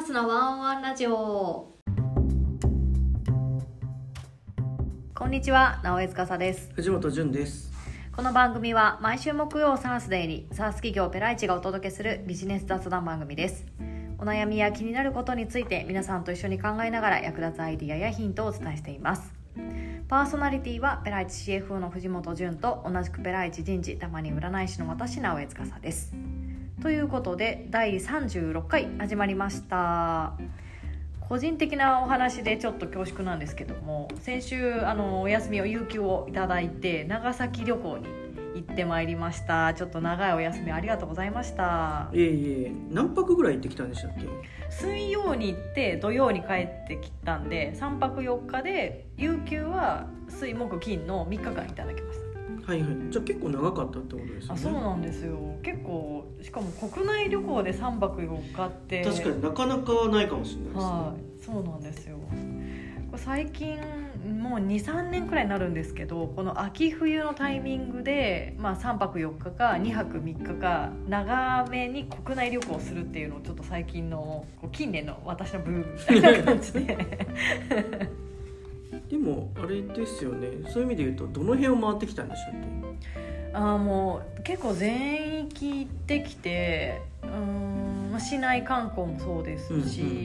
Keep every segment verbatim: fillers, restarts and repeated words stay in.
ースのワンオンワンラジオ。こんにちは、直江司です。 藤本潤です。 この番組は毎週木曜サースデーにサース企業ペライチがお届けするビジネス雑談番組です。お悩みや気になることについて皆さんと一緒に考えながら役立つアイディアやヒントをお伝えしています。パーソナリティはペライチ シーエフオー の藤本潤と同じくペライチ人事たまに占い師の私、直江司です。ということでだいさんじゅうろっかい始まりました。個人的なお話でちょっと恐縮なんですけども、先週あのお休みを有給をいただいて長崎旅行に行ってまいりました。ちょっと長いお休みありがとうございました。 いえいえ、何泊ぐらい行ってきたんでしたっけ？ 水曜に行って土曜に帰ってきたんでさんぱくよっかで、有給は水木金のみっかかんいただきました。 はいはい。じゃあ結構長かったってことですよね。 あ、そうなんですよ。結構、しかも国内旅行でさんぱくよっかって確かになかなかないかもしれないですね。 はい、そうなんですよ。これ最近もう にさんねんくらいになるんですけど、この秋冬のタイミングで、まあ、さんぱくよっかかにはくみっかか長めに国内旅行するっていうのをちょっと最近の近年の私のブームみたいな感じででもあれですよね、そういう意味で言うとどの辺を回ってきたんでしたっけ？ あ、もう結構全域行ってきて、うーん、まあ、市内観光もそうですし、うんうんうん、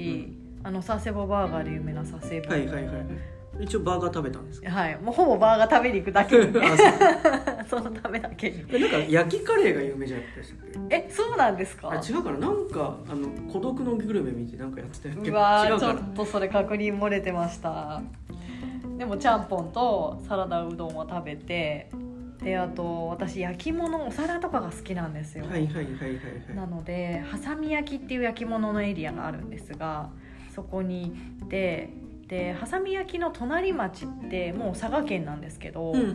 あの佐世保バーガーで有名な佐世保、 はいはいはい、一応バーガー食べたんですか？ はい、もうほぼバーガー食べに行くだけにそのためだけに。 なんか焼きカレーが有名じゃなかったでしたっけ？ え、そうなんですか？ あ、違うから、なんかあの孤独のグルメ見てなんかやってたっけ？ うわー、 違うからちょっとそれ確認漏れてました。でもちゃんぽんとサラダうどんを食べて、であと私焼き物お皿とかが好きなんですよ。 はいはいはいはい、はい、 なのではさみ焼きっていう焼き物のエリアがあるんですが、そこに行って、ではさみ焼きの隣町ってもう佐賀県なんですけど、 うんうんうん、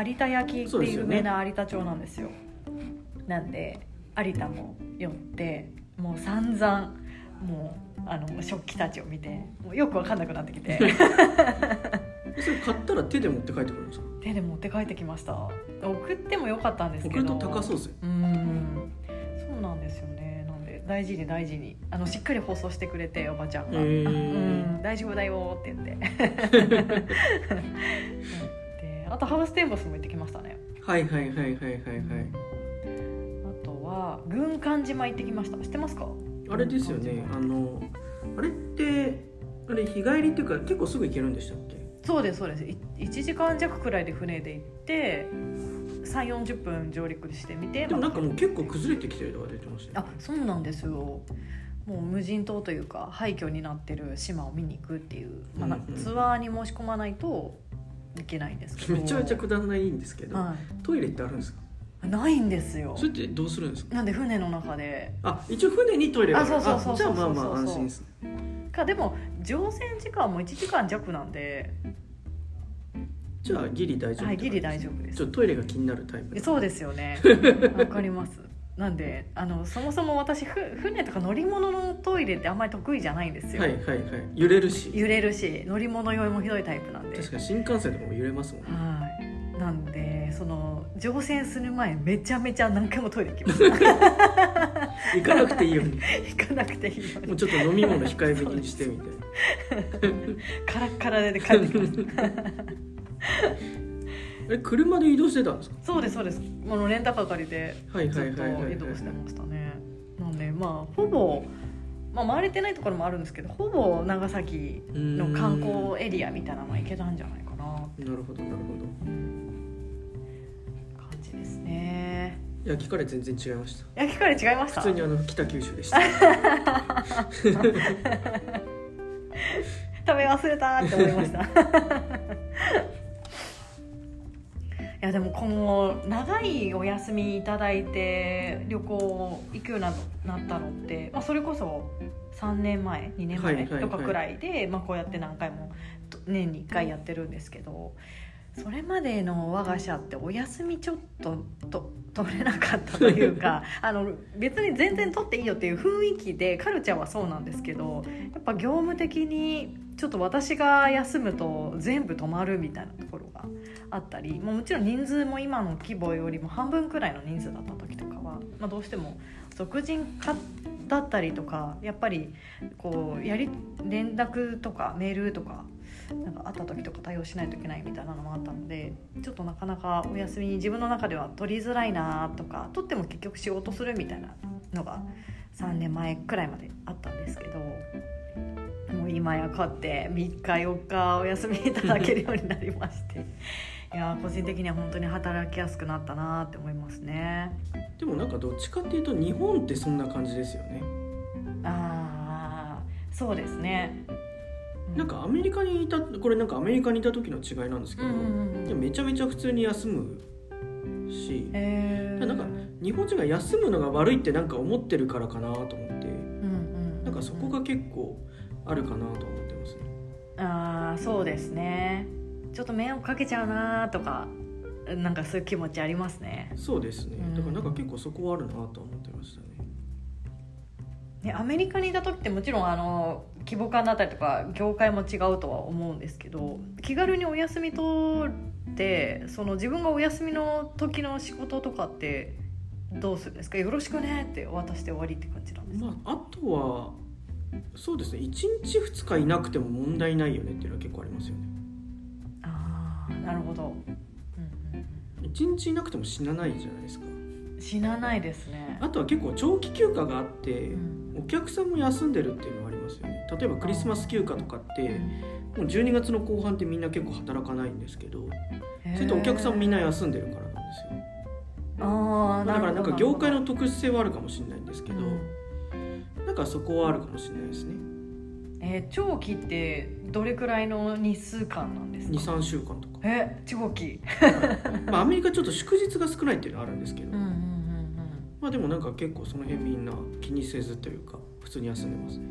有田焼きっていう有名な有田町なんですよ。なんで有田も寄ってもう散々もうあの食器たちを見てもうよく分かんなくなってきてそれ買ったら手で持って帰ってくるんですか？ 手で持って帰ってきました。送ってもよかったんですけど、 送ると高そうですよ。 うーん、そうなんですよね。なんで大事に大事にあのしっかり包装してくれて、おばちゃんが、うん、大丈夫だよって言ってで、あとハウステンボスも行ってきましたね。 はいはいはいはいはいはい、 うん、あとは軍艦島行ってきました。知ってますか？ あれですよね、あのあれってあれ日帰りっていうか結構すぐ行けるんでしたっけ？ そうですそうです。いちじかん弱くらいで船で行ってさんじゅうよんじゅっぷん上陸してみて、 でもなんかもう結構崩れてきてるとか出てましたよね。 あ、そうなんですよ。もう無人島というか廃墟になってる島を見に行くっていう、まあうんうん、ツアーに申し込まないといけないんですけど、 めちゃめちゃくだらないんですけど、はい、トイレってあるんですか？ ないんですよ。 それってどうするんですか？ なんで船の中で、 あ、一応船にトイレがある。 あ、そうそうそうそう、 じゃあまあまあ安心ですね。 かでも乗船時間もいちじかん弱なんで、 じゃあギリ大丈夫。 はい、ギリ大丈夫です。 ちょっとトイレが気になるタイプ。 そうですよね。わかります。なんであのそもそも私ふ船とか乗り物のトイレってあんまり得意じゃないんですよ。 はいはいはい。揺れるし。 揺れるし、乗り物酔いもひどいタイプなんで。 確かに新幹線とかも揺れますもんね。 はい。なんでその乗船する前めちゃめちゃ何回もトイレ行きました。 行かなくていいように。 行かなくていいように。 もうちょっと飲み物控えめにしてみたいな。 カラッカラで帰ってきました。 え、車で移動してたんですか？ そうですそうです。あのレンタカー借りてずっと移動してましたね。なんでまあほぼ、まあ、回れてないところもあるんですけど、ほぼ長崎の観光エリアみたいなのは行けたんじゃないかな。なるほどなるほど。 感じですね。 焼きカレー全然違いました。 焼きカレー違いました。 普通にあの北九州でした。 食べ忘れたって思いました。いやでもこの長いお休みいただいて旅行行くようになったのって、まあ、それこそさんねんまえにねんまえとかくらいで、はいはいはい、まあ、こうやって何回も年にいっかいやってるんですけど、それまでの我が社ってお休みちょっとと取れなかったというかあの別に全然取っていいよっていう雰囲気でカルチャーはそうなんですけど、やっぱ業務的にちょっと私が休むと全部止まるみたいなところがあったり、もうもちろん人数も今の規模よりも半分くらいの人数だった時とかは、まあ、どうしても俗人化だったりとか、やっぱりこうやり連絡とかメールとかなんかあった時とか対応しないといけないみたいなのもあったので、ちょっとなかなかお休み自分の中では取りづらいなとか、取っても結局仕事するみたいなのがさんねんまえくらいまであったんですけど、もう今やかってみっかよっかお休みいただけるようになりましていや個人的には本当に働きやすくなったなって思いますね。 でもなんかどっちかっていうと日本ってそんな感じですよね。 ああそうですね。 なんかアメリカにいたこれなんかアメリカにいた時の違いなんですけど、うんうんうん、いやめちゃめちゃ普通に休むし、 へー、 なんか日本人が休むのが悪いってなんか思ってるからかなと思って、うんうんうんうん、なんかそこが結構あるかなと思ってますね。 ああそうですね。ちょっと迷惑かけちゃうなとかなんかそういう気持ちありますね。 そうですね。だからなんか結構そこはあるなと思ってましたね。 ね、アメリカにいた時ってもちろんあの規模感だったりとか業界も違うとは思うんですけど、気軽にお休み取ってその自分がお休みの時の仕事とかってどうするんですか？よろしくねって渡して終わりって感じなんですか？ まあ、あとはそうですね、いちにちふつかいなくても問題ないよねっていうのは結構ありますよね。 ああなるほど、うんうん、いちにちいなくても死なないじゃないですか。 死なないですね。 あとは結構長期休暇があって、うん、お客さんも休んでるっていうのはありますよね。例えばクリスマス休暇とかってもうじゅうにがつの後半ってみんな結構働かないんですけど、それとお客さんもみんな休んでるからなんですよ。あだからなんか業界の特殊性はあるかもしれないんですけど、うん、なんかそこはあるかもしれないですね。 えー、長期ってどれくらいの日数間なんですか？ にさんしゅうかんとか。 え長期まあアメリカちょっと祝日が少ないっていうのはあるんですけど、うんうんうんうん、まあでもなんか結構その辺みんな気にせずというか普通に休んでますね。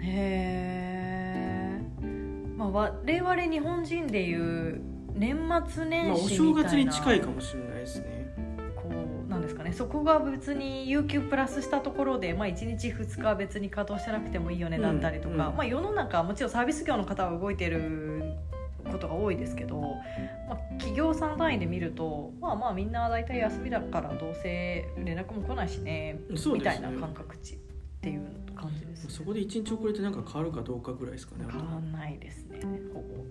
へー、まあ、我々日本人でいう年末年始みたいな、 まあ、お正月に近いかもしれないですね。 なんですかね、そこが別に有給プラスしたところで、まあ、いちにちふつか別に稼働してなくてもいいよねだったりとか、うんうんまあ、世の中もちろんサービス業の方は動いてることが多いですけど、まあ、企業さん単位で見るとまあまあみんな大体休みだからどうせ連絡も来ないしねみたいな感覚値っていう感じですね。 そこでいちにち遅れてなんか変わるかどうかぐらいですかね。 変わんないですねほぼ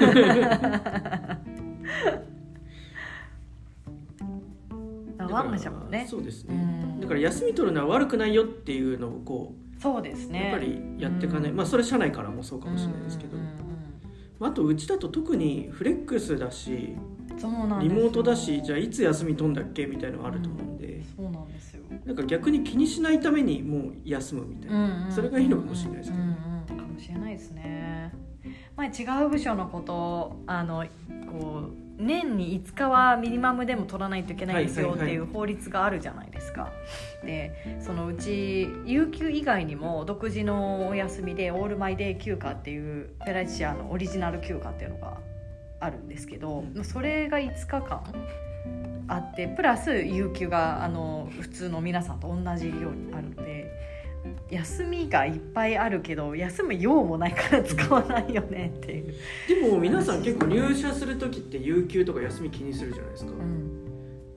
我が社もね。 そうですね。だから休み取るのは悪くないよっていうのをこうそうですね。 やっぱりやっていかない。まあそれは社内からもそうかもしれないですけど、あとうちだと特にフレックスだし、 そうなんリモートだし、じゃあいつ休み取んだっけみたいなのあると思うんで、 うん、そうなんですよ。 なんか逆に気にしないためにもう休むみたいな、うんうん、それがいいのかもしれないですけど、 うんうん、かもしれないですね。前違う部署のことあのこう年にいつかはミニマムでも取らないといけないですよっていう法律があるじゃないですか。でそのうち有給以外にも独自のお休みでオールマイデー休暇っていうペライチシアのオリジナル休暇っていうのがあるんですけど、うん、それがいつかかんあってプラス有給があの普通の皆さんと同じようにあるので、休みがいっぱいあるけど休む用もないから使わないよねっていう。 でも皆さん結構入社する時って有給とか休み気にするじゃないですか、うん、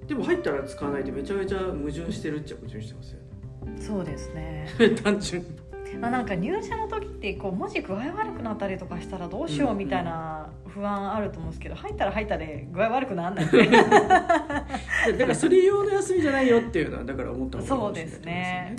でも入ったら使わないでめちゃめちゃ矛盾してるっちゃ矛盾してますよね。 そうですね単純に、 まあ、なんか入社の時ってこう文字具合悪くなったりとかしたらどうしようみたいな不安あると思うんですけど、入ったら入ったで具合悪くならないねだからそれ用の休みじゃないよっていうのはだから思った方がいいかもしれないですね。そうですね、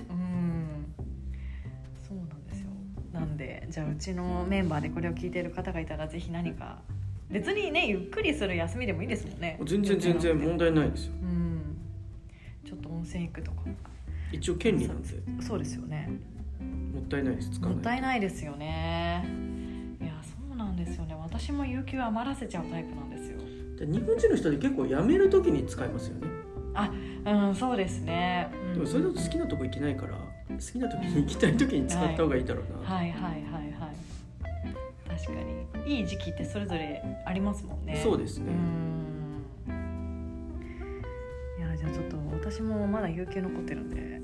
なんでじゃあうちのメンバーでこれを聞いている方がいたらぜひ何か別にねゆっくりする休みでもいいですもんね。 全然全然問題ないですよ、 うん、ちょっと温泉行くとか一応権利なんで。 そうですよね。 もったいないです。使わない。 もったいないですよね。いやそうなんですよね。私も有給余らせちゃうタイプなんですよ。 で日本人の人で結構辞める時に使いますよね。 あ、うんそうですね、うん、 でもそれだと好きなとこ行けないから好きな時に行きたい時に使った方がいいだろうな、 はい、はいはいはいはい確かにいい時期ってそれぞれありますもんね。 そうですね。 うんいやじゃあちょっと私もまだ有給残ってるんで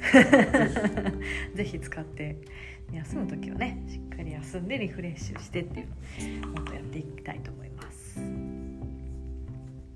ぜひ使って休む時はねしっかり休んでリフレッシュしてっていうのをもっとやっていきたいと思います。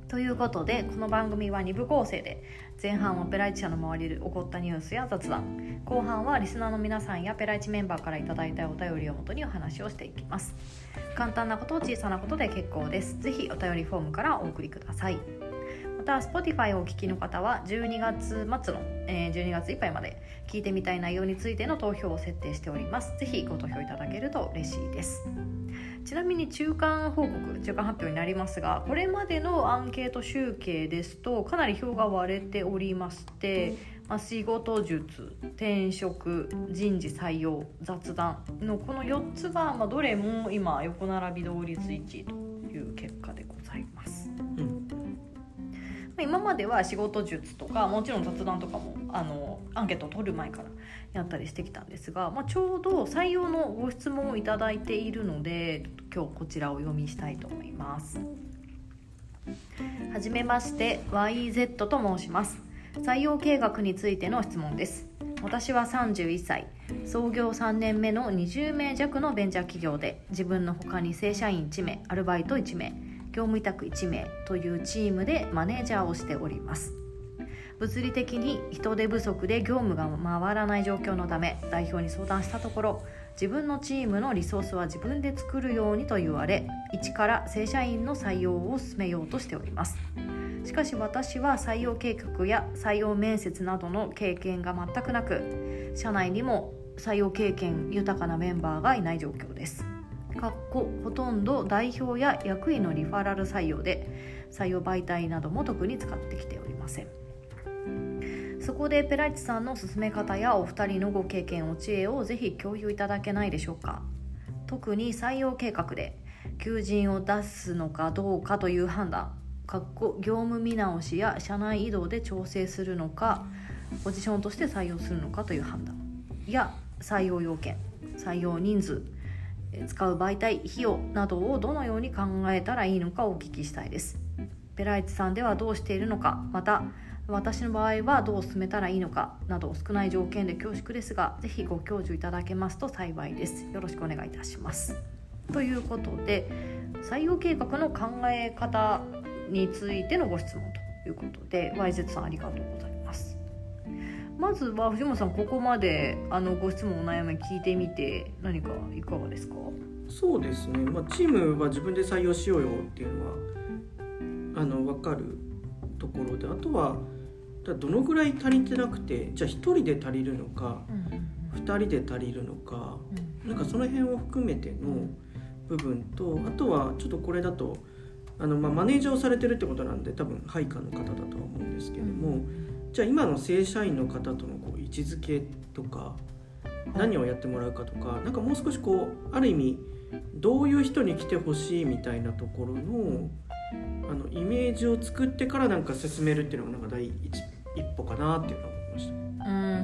ということで、この番組はに部構成で、前半はペライチ社の周りで起こったニュースや雑談、後半はリスナーの皆さんやペライチメンバーからいただいたお便りをもとにお話をしていきます。簡単なこと、小さなことで結構です。ぜひお便りフォームからお送りください。また Spotify をお聞きの方はじゅうにがつ末の、えー、じゅうにがついっぱいまで聞いてみたい内容についての投票を設定しております。ぜひご投票いただけると嬉しいです。ちなみに中間報告、中間発表になりますが、これまでのアンケート集計ですとかなり票が割れておりまして、まあ、仕事術、転職、人事採用、雑談のこのよっつが、まあ、どれも今横並び同率いちいという結果でございます。うん、今までは仕事術とかもちろん雑談とかもあのアンケートを取る前からやったりしてきたんですが、まあ、ちょうど採用のご質問をいただいているので、今日こちらをお読みしたいと思います。はじめまして、 ワイゼット と申します。採用計画についての質問です。私はさんじゅういっさい、創業さんねんめのにじゅうめいじゃくのベンチャー企業で、自分の他に正社員いちめい、アルバイトいちめい、業務委託いちめいというチームでマネージャーをしております。物理的に人手不足で業務が回らない状況のため、代表に相談したところ、自分のチームのリソースは自分で作るようにと言われ、一から正社員の採用を進めようとしております。しかし私は採用計画や採用面接などの経験が全くなく、社内にも採用経験豊かなメンバーがいない状況です。かっこほとんど代表や役員のリファラル採用で、採用媒体なども特に使ってきておりません。そこでペライチさんの進め方やお二人のご経験、お知恵をぜひ共有いただけないでしょうか。特に採用計画で求人を出すのかどうかという判断、かっこ業務見直しや社内移動で調整するのか、ポジションとして採用するのかという判断や、採用要件、採用人数、使う媒体、費用などをどのように考えたらいいのかお聞きしたいです。ペライチさんではどうしているのか、また私の場合はどう進めたらいいのかなど、少ない条件で恐縮ですが、ぜひご教授いただけますと幸いです。よろしくお願いいたします。ということで、採用計画の考え方についてのご質問ということで、 ワイゼット さんありがとうございます。まずは藤本さん、ここまであのご質問、お悩み聞いてみて何かいかがですか？ そうですね、まあ、チームは自分で採用しようよっていうのはあの分かるところで、あとはどのぐらい足りてなくて、じゃあひとりで足りるのか、うんうん、ふたりで足りるのか、うん、なんかその辺を含めての部分と、あとはちょっとこれだとあの、まあ、マネージャーをされてるってことなんで多分配下の方だとは思うんですけども、うん、じゃあ今の正社員の方とのこう位置づけとか、何をやってもらうかとか、なんかもう少しこうある意味どういう人に来てほしいみたいなところのあのイメージを作ってからなんか進めるっていうのがなんか第一一歩かなっていうのは思いました。うんうんうんうん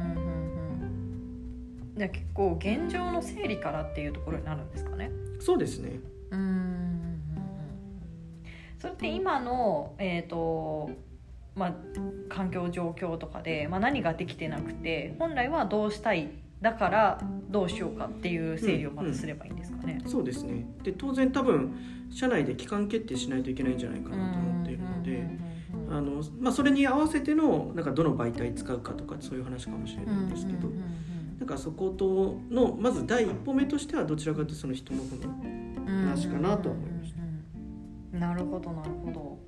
うん。じゃあ結構現状の整理からっていうところになるんですかね。 そうですね。 うんうんうん。それって今のえっとまあ環境状況とかで、まあ、何ができてなくて、本来はどうしたい、だからどうしようかっていう整理をまずすればいいんですかね。 うんうん、そうですね。で当然多分社内で期間決定しないといけないんじゃないかなと思っているので、あの、まあ、それに合わせてのなんかどの媒体使うかとかそういう話かもしれないんですけど、なんかそことのまず第一歩目としてはどちらかというとその人の方の話かなと思いました。 うんうんうん、なるほどなるほど。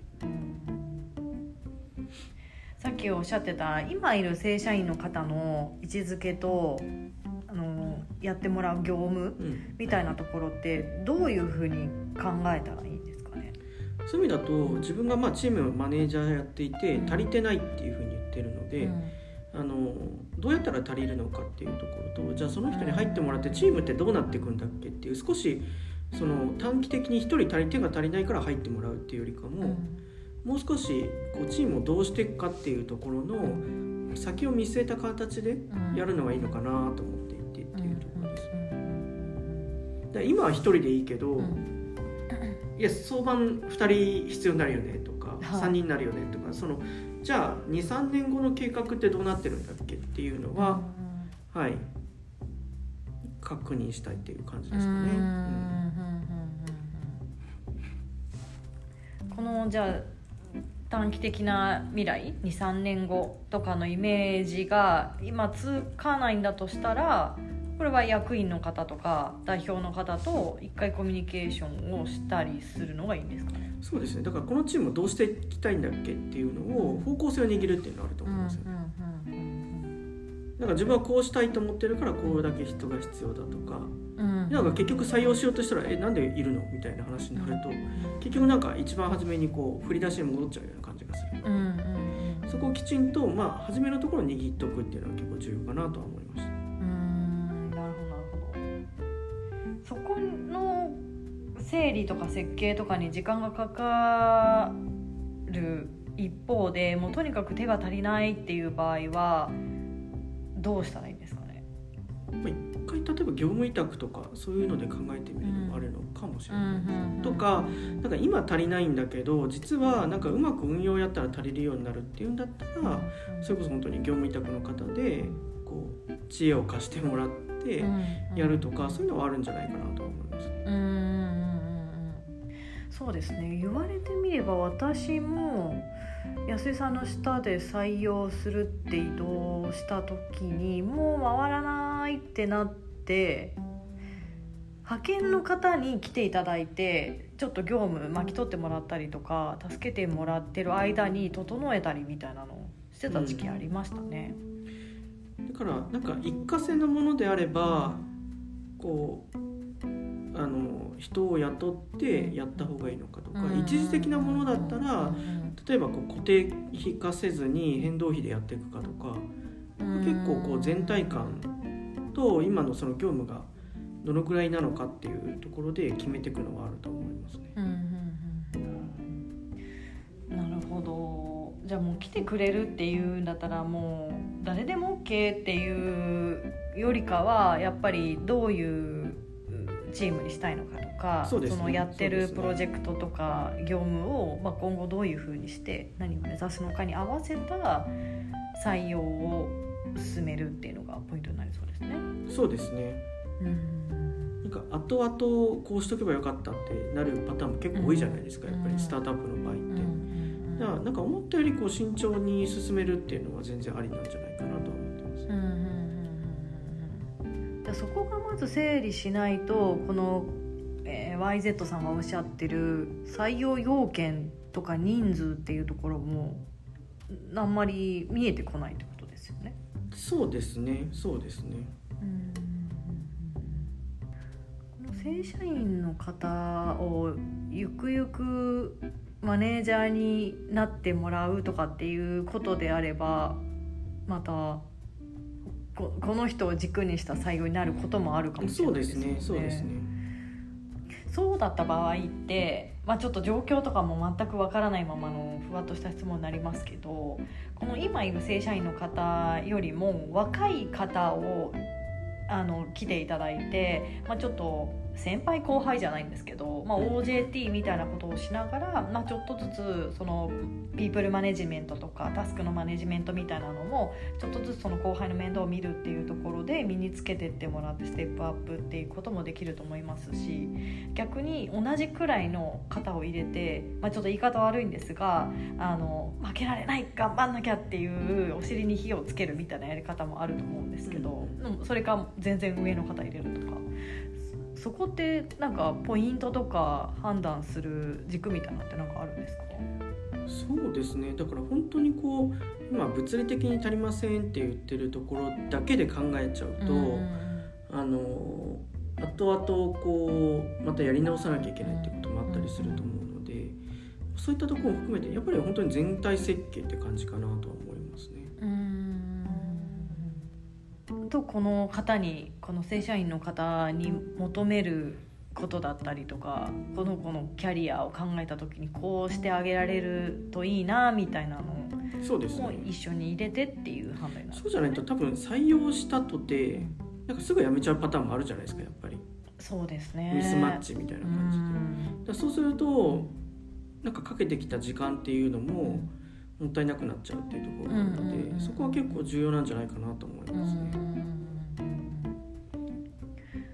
さっきおっしゃってた今いる正社員の方の位置づけとあのやってもらう業務みたいなところってどういうふうに考えたらいいんですかね。 そういう意味だと自分がまあチームのマネージャーやっていて足りてないっていうふうに言ってるので、うん、あのどうやったら足りるのかっていうところと、じゃあその人に入ってもらってチームってどうなっていくんだっけっていう、少しその短期的にひとり足り手が足りないから入ってもらうっていうよりかも、うんもう少しこうチームをどうしていくかっていうところの先を見据えた形でやるのがいいのかなと思っていてっていうところです。だ今はひとりでいいけど、いや早晩ふたり必要になるよねとか、さんにんになるよねとか、そのじゃあ にさんねんごの計画ってどうなってるんだっけっていうのは、はい確認したいっていう感じですかね。うんこのじゃあ短期的な未来 にさんねんごとかのイメージが今つかないんだとしたら、これは役員の方とか代表の方と一回コミュニケーションをしたりするのがいいんですかね。 そうですね。だからこのチームをどうしていきたいんだっけっていうのを方向性を握るっていうのがあると思いますよね。なんか自分はこうしたいと思ってるからこれだけ人が必要だとか、うん、なんか結局採用しようとしたらえなんでいるのみたいな話になると、うん、結局なんか一番初めにこう振り出しに戻っちゃうような感じがする、うんうんうん、そこをきちんと、まあ、初めのところに握っとくっていうのは結構重要かなとは思いました。 うーん、なるほどなるほど。そこの整理とか設計とかに時間がかかる一方で、もうとにかく手が足りないっていう場合はどうしたらいいんですかね。 まあ、一回例えば業務委託とかそういうので考えてみるのもあるのかもしれないです、うん、とか、なんか今足りないんだけど実はなんかうまく運用やったら足りるようになるっていうんだったら、うん、それこそ本当に業務委託の方でこう知恵を貸してもらってやるとか、うん、そういうのはあるんじゃないかなと思いますね。 うんうんうん、そうですね。言われてみれば私も安井さんの下で採用するって移動した時にもう回らないってなって、派遣の方に来ていただいてちょっと業務巻き取ってもらったりとか助けてもらってる間に整えたりみたいなのをしてた時期ありましたね、 うん、だからなんか一過性のものであればこうあの人を雇ってやった方がいいのかとか、うん、一時的なものだったら、うん、例えばこう固定費化せずに変動費でやっていくかとか、うん、結構こう全体感と今のその業務がどのくらいなのかっていうところで決めていくのはあると思いますね、うんうんうん、なるほど。じゃあもう来てくれるっていうんだったらもう誰でも OK っていうよりかはやっぱりどういうチームにしたいのかとか、 そ,、ね、そのやってるプロジェクトとか業務を、まあ、今後どういうふうにして何を目指すのかに合わせた採用を進めるっていうのがポイントになりそうですね。 そうですね。うん、なんか後々こうしとけばよかったってなるパターンも結構多いじゃないですか、うん、やっぱりスタートアップの場合って、うん、だからなんか思ったよりこう慎重に進めるっていうのは全然ありなんじゃないかなと思ってます、うんうん、そこがまず整理しないとこの、えー、ワイゼット さんがおっしゃってる採用要件とか人数っていうところもあんまり見えてこないってことですよね。 そうですね、そうですね。うん、 この正社員の方をゆくゆくマネージャーになってもらうとかっていうことであればまたこ, この人を軸にした採用になることもあるかもしれないですよね。 そうですね、そうですね。 そうだった場合って、まあ、ちょっと状況とかも全くわからないままのふわっとした質問になりますけど、この今いる正社員の方よりも若い方をあの来ていただいて、まあ、ちょっと先輩後輩じゃないんですけど、まあ、オージェーティー みたいなことをしながら、まあ、ちょっとずつそのピープルマネジメントとかタスクのマネジメントみたいなのもちょっとずつその後輩の面倒を見るっていうところで身につけてってもらってステップアップっていうこともできると思いますし、逆に同じくらいの方を入れて、まあ、ちょっと言い方悪いんですがあの負けられない頑張んなきゃっていうお尻に火をつけるみたいなやり方もあると思うんですけど、うん、それか全然上の方入れるとか、そこってなんかポイントとか判断する軸みたいなのってなんかあるんですか？ そうですね。だから本当にこう今物理的に足りませんって言ってるところだけで考えちゃうと、うん、あの後々こうまたやり直さなきゃいけないってこともあったりすると思うので、うん、そういったところも含めてやっぱり本当に全体設計って感じかなとは思いますね。うーんとこの方にこの正社員の方に求めることだったりとか、この子のキャリアを考えた時にこうしてあげられるといいなみたいなのを一緒に入れてっていう判断になるんですね。 そうじゃないと多分採用したとてなんかすぐ辞めちゃうパターンもあるじゃないですか。やっぱりそうですね、 ミスマッチみたいな感じで、だそうするとなんかかけてきた時間っていうのももったいなくなっちゃうっていうところがあるので、うんうんうん、そこは結構重要なんじゃないかなと思いますね。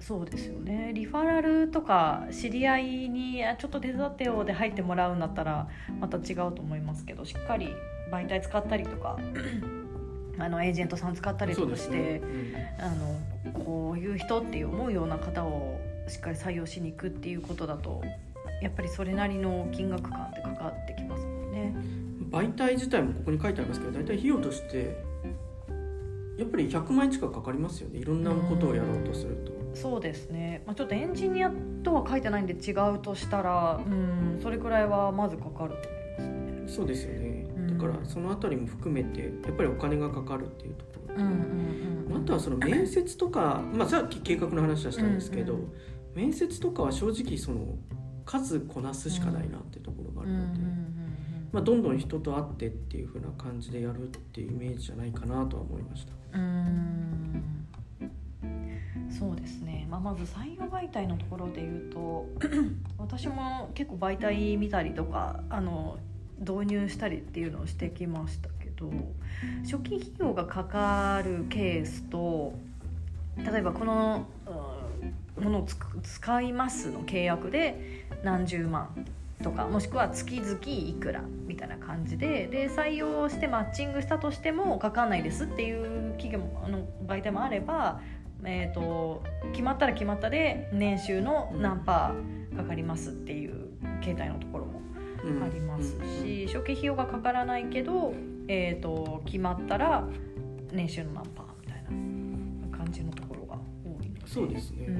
そうですよね。リファラルとか知り合いにちょっと手伝ってよで入ってもらうんだったらまた違うと思いますけど、しっかり媒体使ったりとかあのエージェントさん使ったりとかして、ね、うん、あのこういう人っていう思うような方をしっかり採用しに行くっていうことだと、やっぱりそれなりの金額感ってかかってきますもんね。 媒体自体もここに書いてありますけど、大体費用としてやっぱりひゃくまんえん近くかかりますよね、いろんなことをやろうとすると。 うそうですね、まあ、ちょっとエンジニアとは書いてないんで違うとしたら、うん、それくらいはまずかかると思いますね。 そうですよね、だからそのあたりも含めてやっぱりお金がかかるっていうところと、うんうんうん、あとはその面接とか、まあ、さっき計画の話はしたんですけど、うんうん、面接とかは正直その数こなすしかないなっていうところがあるので、うんうんうんうん、まあ、どんどん人と会ってっていう風な感じでやるっていうイメージじゃないかなとは思いました。 うーん、そうですね、まあ、まず採用媒体のところで言うと私も結構媒体見たりとかあの導入したりっていうのをしてきましたけど、初期費用がかかるケースと、例えばこのものを使いますの契約で何十万とか、もしくは月々いくらみたいな感じで、で採用してマッチングしたとしてもかかんないですっていう企業もあの媒体もあれば、えーと、決まったら決まったで年収の何パーかかりますっていう形態のところもありますし、初期費用がかからないけど、えーと、決まったら年収の何パーみたいな感じのところが多いので。 そうですね、うん、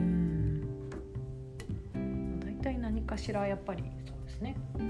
だいたい何かしらやっぱりそうですね、うん、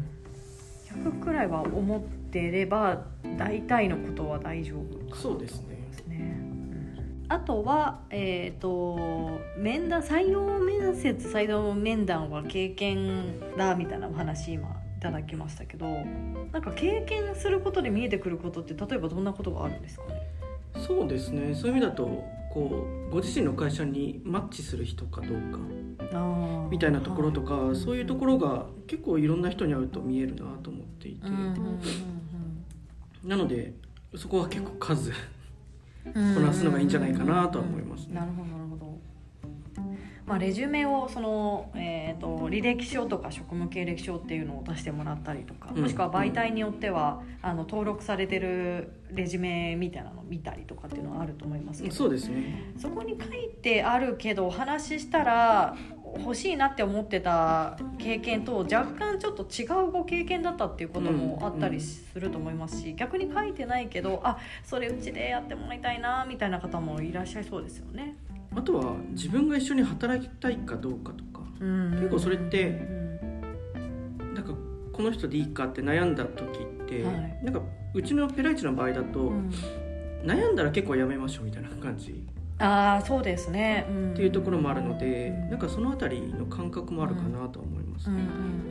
ひゃくくらいは思ってれば大体のことは大丈夫かなと思いますね。あとは、えーと、面談採用面接採用面談は経験だみたいなお話今いただきましたけど、なんか経験することで見えてくることって例えばどんなことがあるんですかね。 そうですね、そういう意味だとこうご自身の会社にマッチする人かどうかみたいなところとか、はい、そういうところが結構いろんな人に会うと見えるなと思っていて、うんうんうんうん、なのでそこは結構数こなすのがいいんじゃないかなとは思いますね。 なるほどなるほど。まあ、レジュメをその、えーと、履歴書とか職務経歴書っていうのを出してもらったりとか、もしくは媒体によっては、うん、あの登録されてるレジュメみたいなのを見たりとかっていうのはあると思いますけど、 そうですね、 そこに書いてあるけどお話ししたら欲しいなって思ってた経験と若干ちょっと違うご経験だったっていうこともあったりすると思いますし、うんうん、逆に書いてないけどあそれうちでやってもらいたいなみたいな方もいらっしゃいそうですよね。 あとは自分が一緒に働きたいかどうかとか、うん、結構それって、うん、なんかこの人でいいかって悩んだ時って、はい、なんかうちのペライチの場合だと、うん、悩んだら結構やめましょうみたいな感じ、 あそうですね、うん、 っていうところもあるので、うん、なんかそのあたりの感覚もあるかなと思いますね。うんうんうん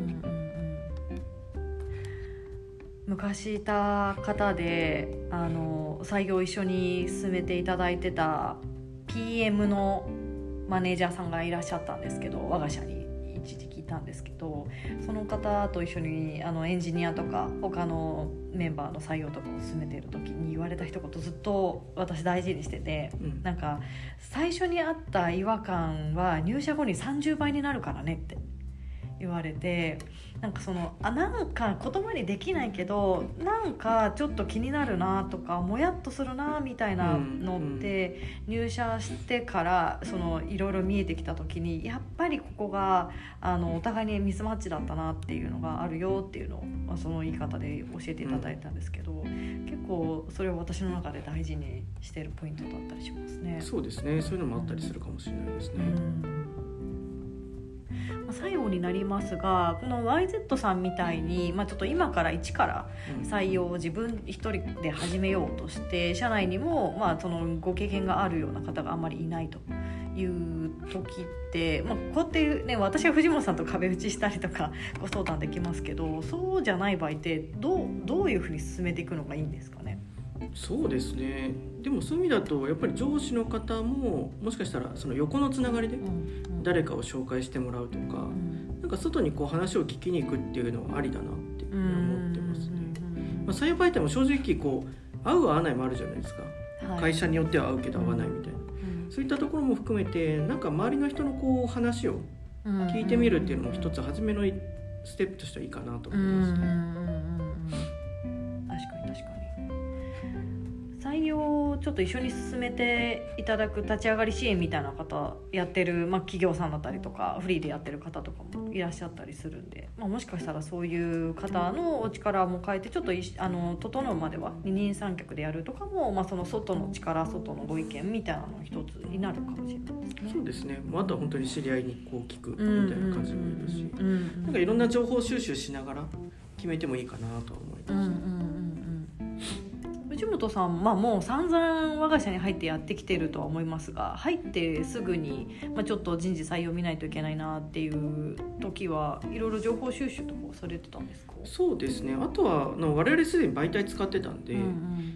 うん、昔いた方であの採用一緒に進めていただいてた ピーエム のマネージャーさんがいらっしゃったんですけど、我が社に一時期いたんですけど、その方と一緒にあのエンジニアとか他のメンバーの採用とかを進めている時に言われた一言ずっと私大事にしてて、うん、なんか最初にあった違和感は入社後にさんじゅうばいになるからねって言われて、なんかそのあなんか言葉にできないけどなんかちょっと気になるなとかもやっとするなみたいなのって入社してからそのいろいろ見えてきた時にやっぱりここがあのお互いにミスマッチだったなっていうのがあるよっていうのを、まあ、その言い方で教えていただいたんですけど、結構それを私の中で大事にしているポイントだったりしますね。 そうですね、そういうのもあったりするかもしれないですね。うん最後になりますが、この ワイゼット さんみたいに、まあ、ちょっと今から一から採用を自分一人で始めようとして社内にも、まあ、そのご経験があるような方があんまりいないという時って、まあ、こうやって、ね、私が藤本さんと壁打ちしたりとかご相談できますけど、そうじゃない場合ってどう、どういうふうに進めていくのがいいんですかね。 そうですね、でもそういう意味だとやっぱり上司の方ももしかしたらその横のつながりで誰かを紹介してもらうとか、うん、なんか外にこう話を聞きに行くっていうのはありだなって思ってますね。まあ、採用媒体も正直こう合う合わないもあるじゃないですか、はい、会社によっては合うけど合わないみたいな、うん、 そういったところも含めてなんか周りの人のこう話を聞いてみるっていうのも一つ初めのステップとしてはいいかなと思いますね。うんうんうんうん、 確かに確かに採用をちょっと一緒に進めていただく立ち上がり支援みたいな方やってる、まあ、企業さんだったりとかフリーでやってる方とかもいらっしゃったりするんで、まあ、もしかしたらそういう方のお力も変えてちょっといあの整うまでは二人三脚でやるとかも、まあ、その外の力外のご意見みたいなの一つになるかもしれないですね。 そうですね。あとは本当に知り合いにこう聞くみたいな感じもいいですし、なんかいろんな情報収集しながら決めてもいいかなとは思います。うんうんうんうん、藤本さん、まあ、もう散々我が社に入ってやってきてるとは思いますが、入ってすぐに、まあ、ちょっと人事採用見ないといけないなっていう時はいろいろ情報収集とかされてたんですか？ そうですね。あとはの我々すでに媒体使ってたんで、うんうん、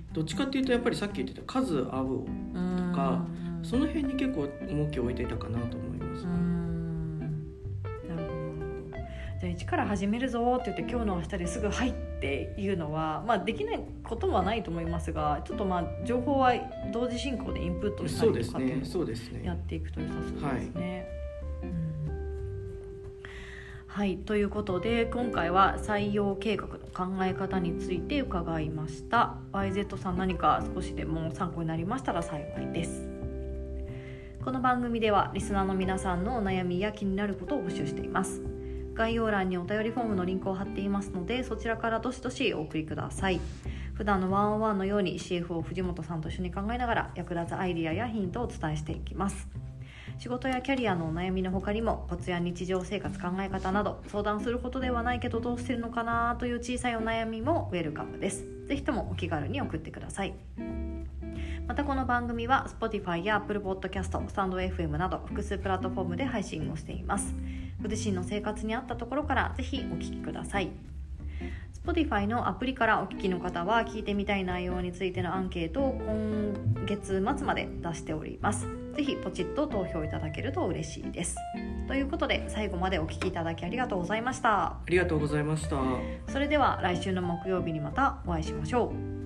どっちかっていうとやっぱりさっき言ってた数合うとか、うんうん、その辺に結構重きを置いていたかなと思います、ね。うん、 なるほどなるほど。じゃあ一から始めるぞって言って今日の明日ですぐ入っていうのは、まあ、できないことはないと思いますが、ちょっとまあ情報は同時進行でインプットしたりとかっていうのをやっていくと良さそうですね。はい、うん、はい、ということで今回は採用計画の考え方について伺いました。 ワイゼット さん何か少しでも参考になりましたら幸いです。この番組ではリスナーの皆さんのお悩みや気になることを募集しています。概要欄にお便りフォームのリンクを貼っていますので、そちらからどしどしお送りください。普段のワンオンワンのように シーエフオー 藤本さんと一緒に考えながら役立つアイディアやヒントをお伝えしていきます。仕事やキャリアのお悩みの他にもコツや日常生活考え方など相談することではないけどどうしてるのかなという小さいお悩みもウェルカムです。ぜひともお気軽に送ってください。またこの番組は Spotify や Apple Podcast、スタンド エフエム など複数プラットフォームで配信をしています。ご自身の生活に合ったところからぜひお聞きください。 Spotify のアプリからお聞きの方は聞いてみたい内容についてのアンケートを今月末まで出しております。ぜひポチッと投票いただけると嬉しいです。ということで最後までお聞きいただきありがとうございました。 ありがとうございました。 それでは来週の木曜日にまたお会いしましょう。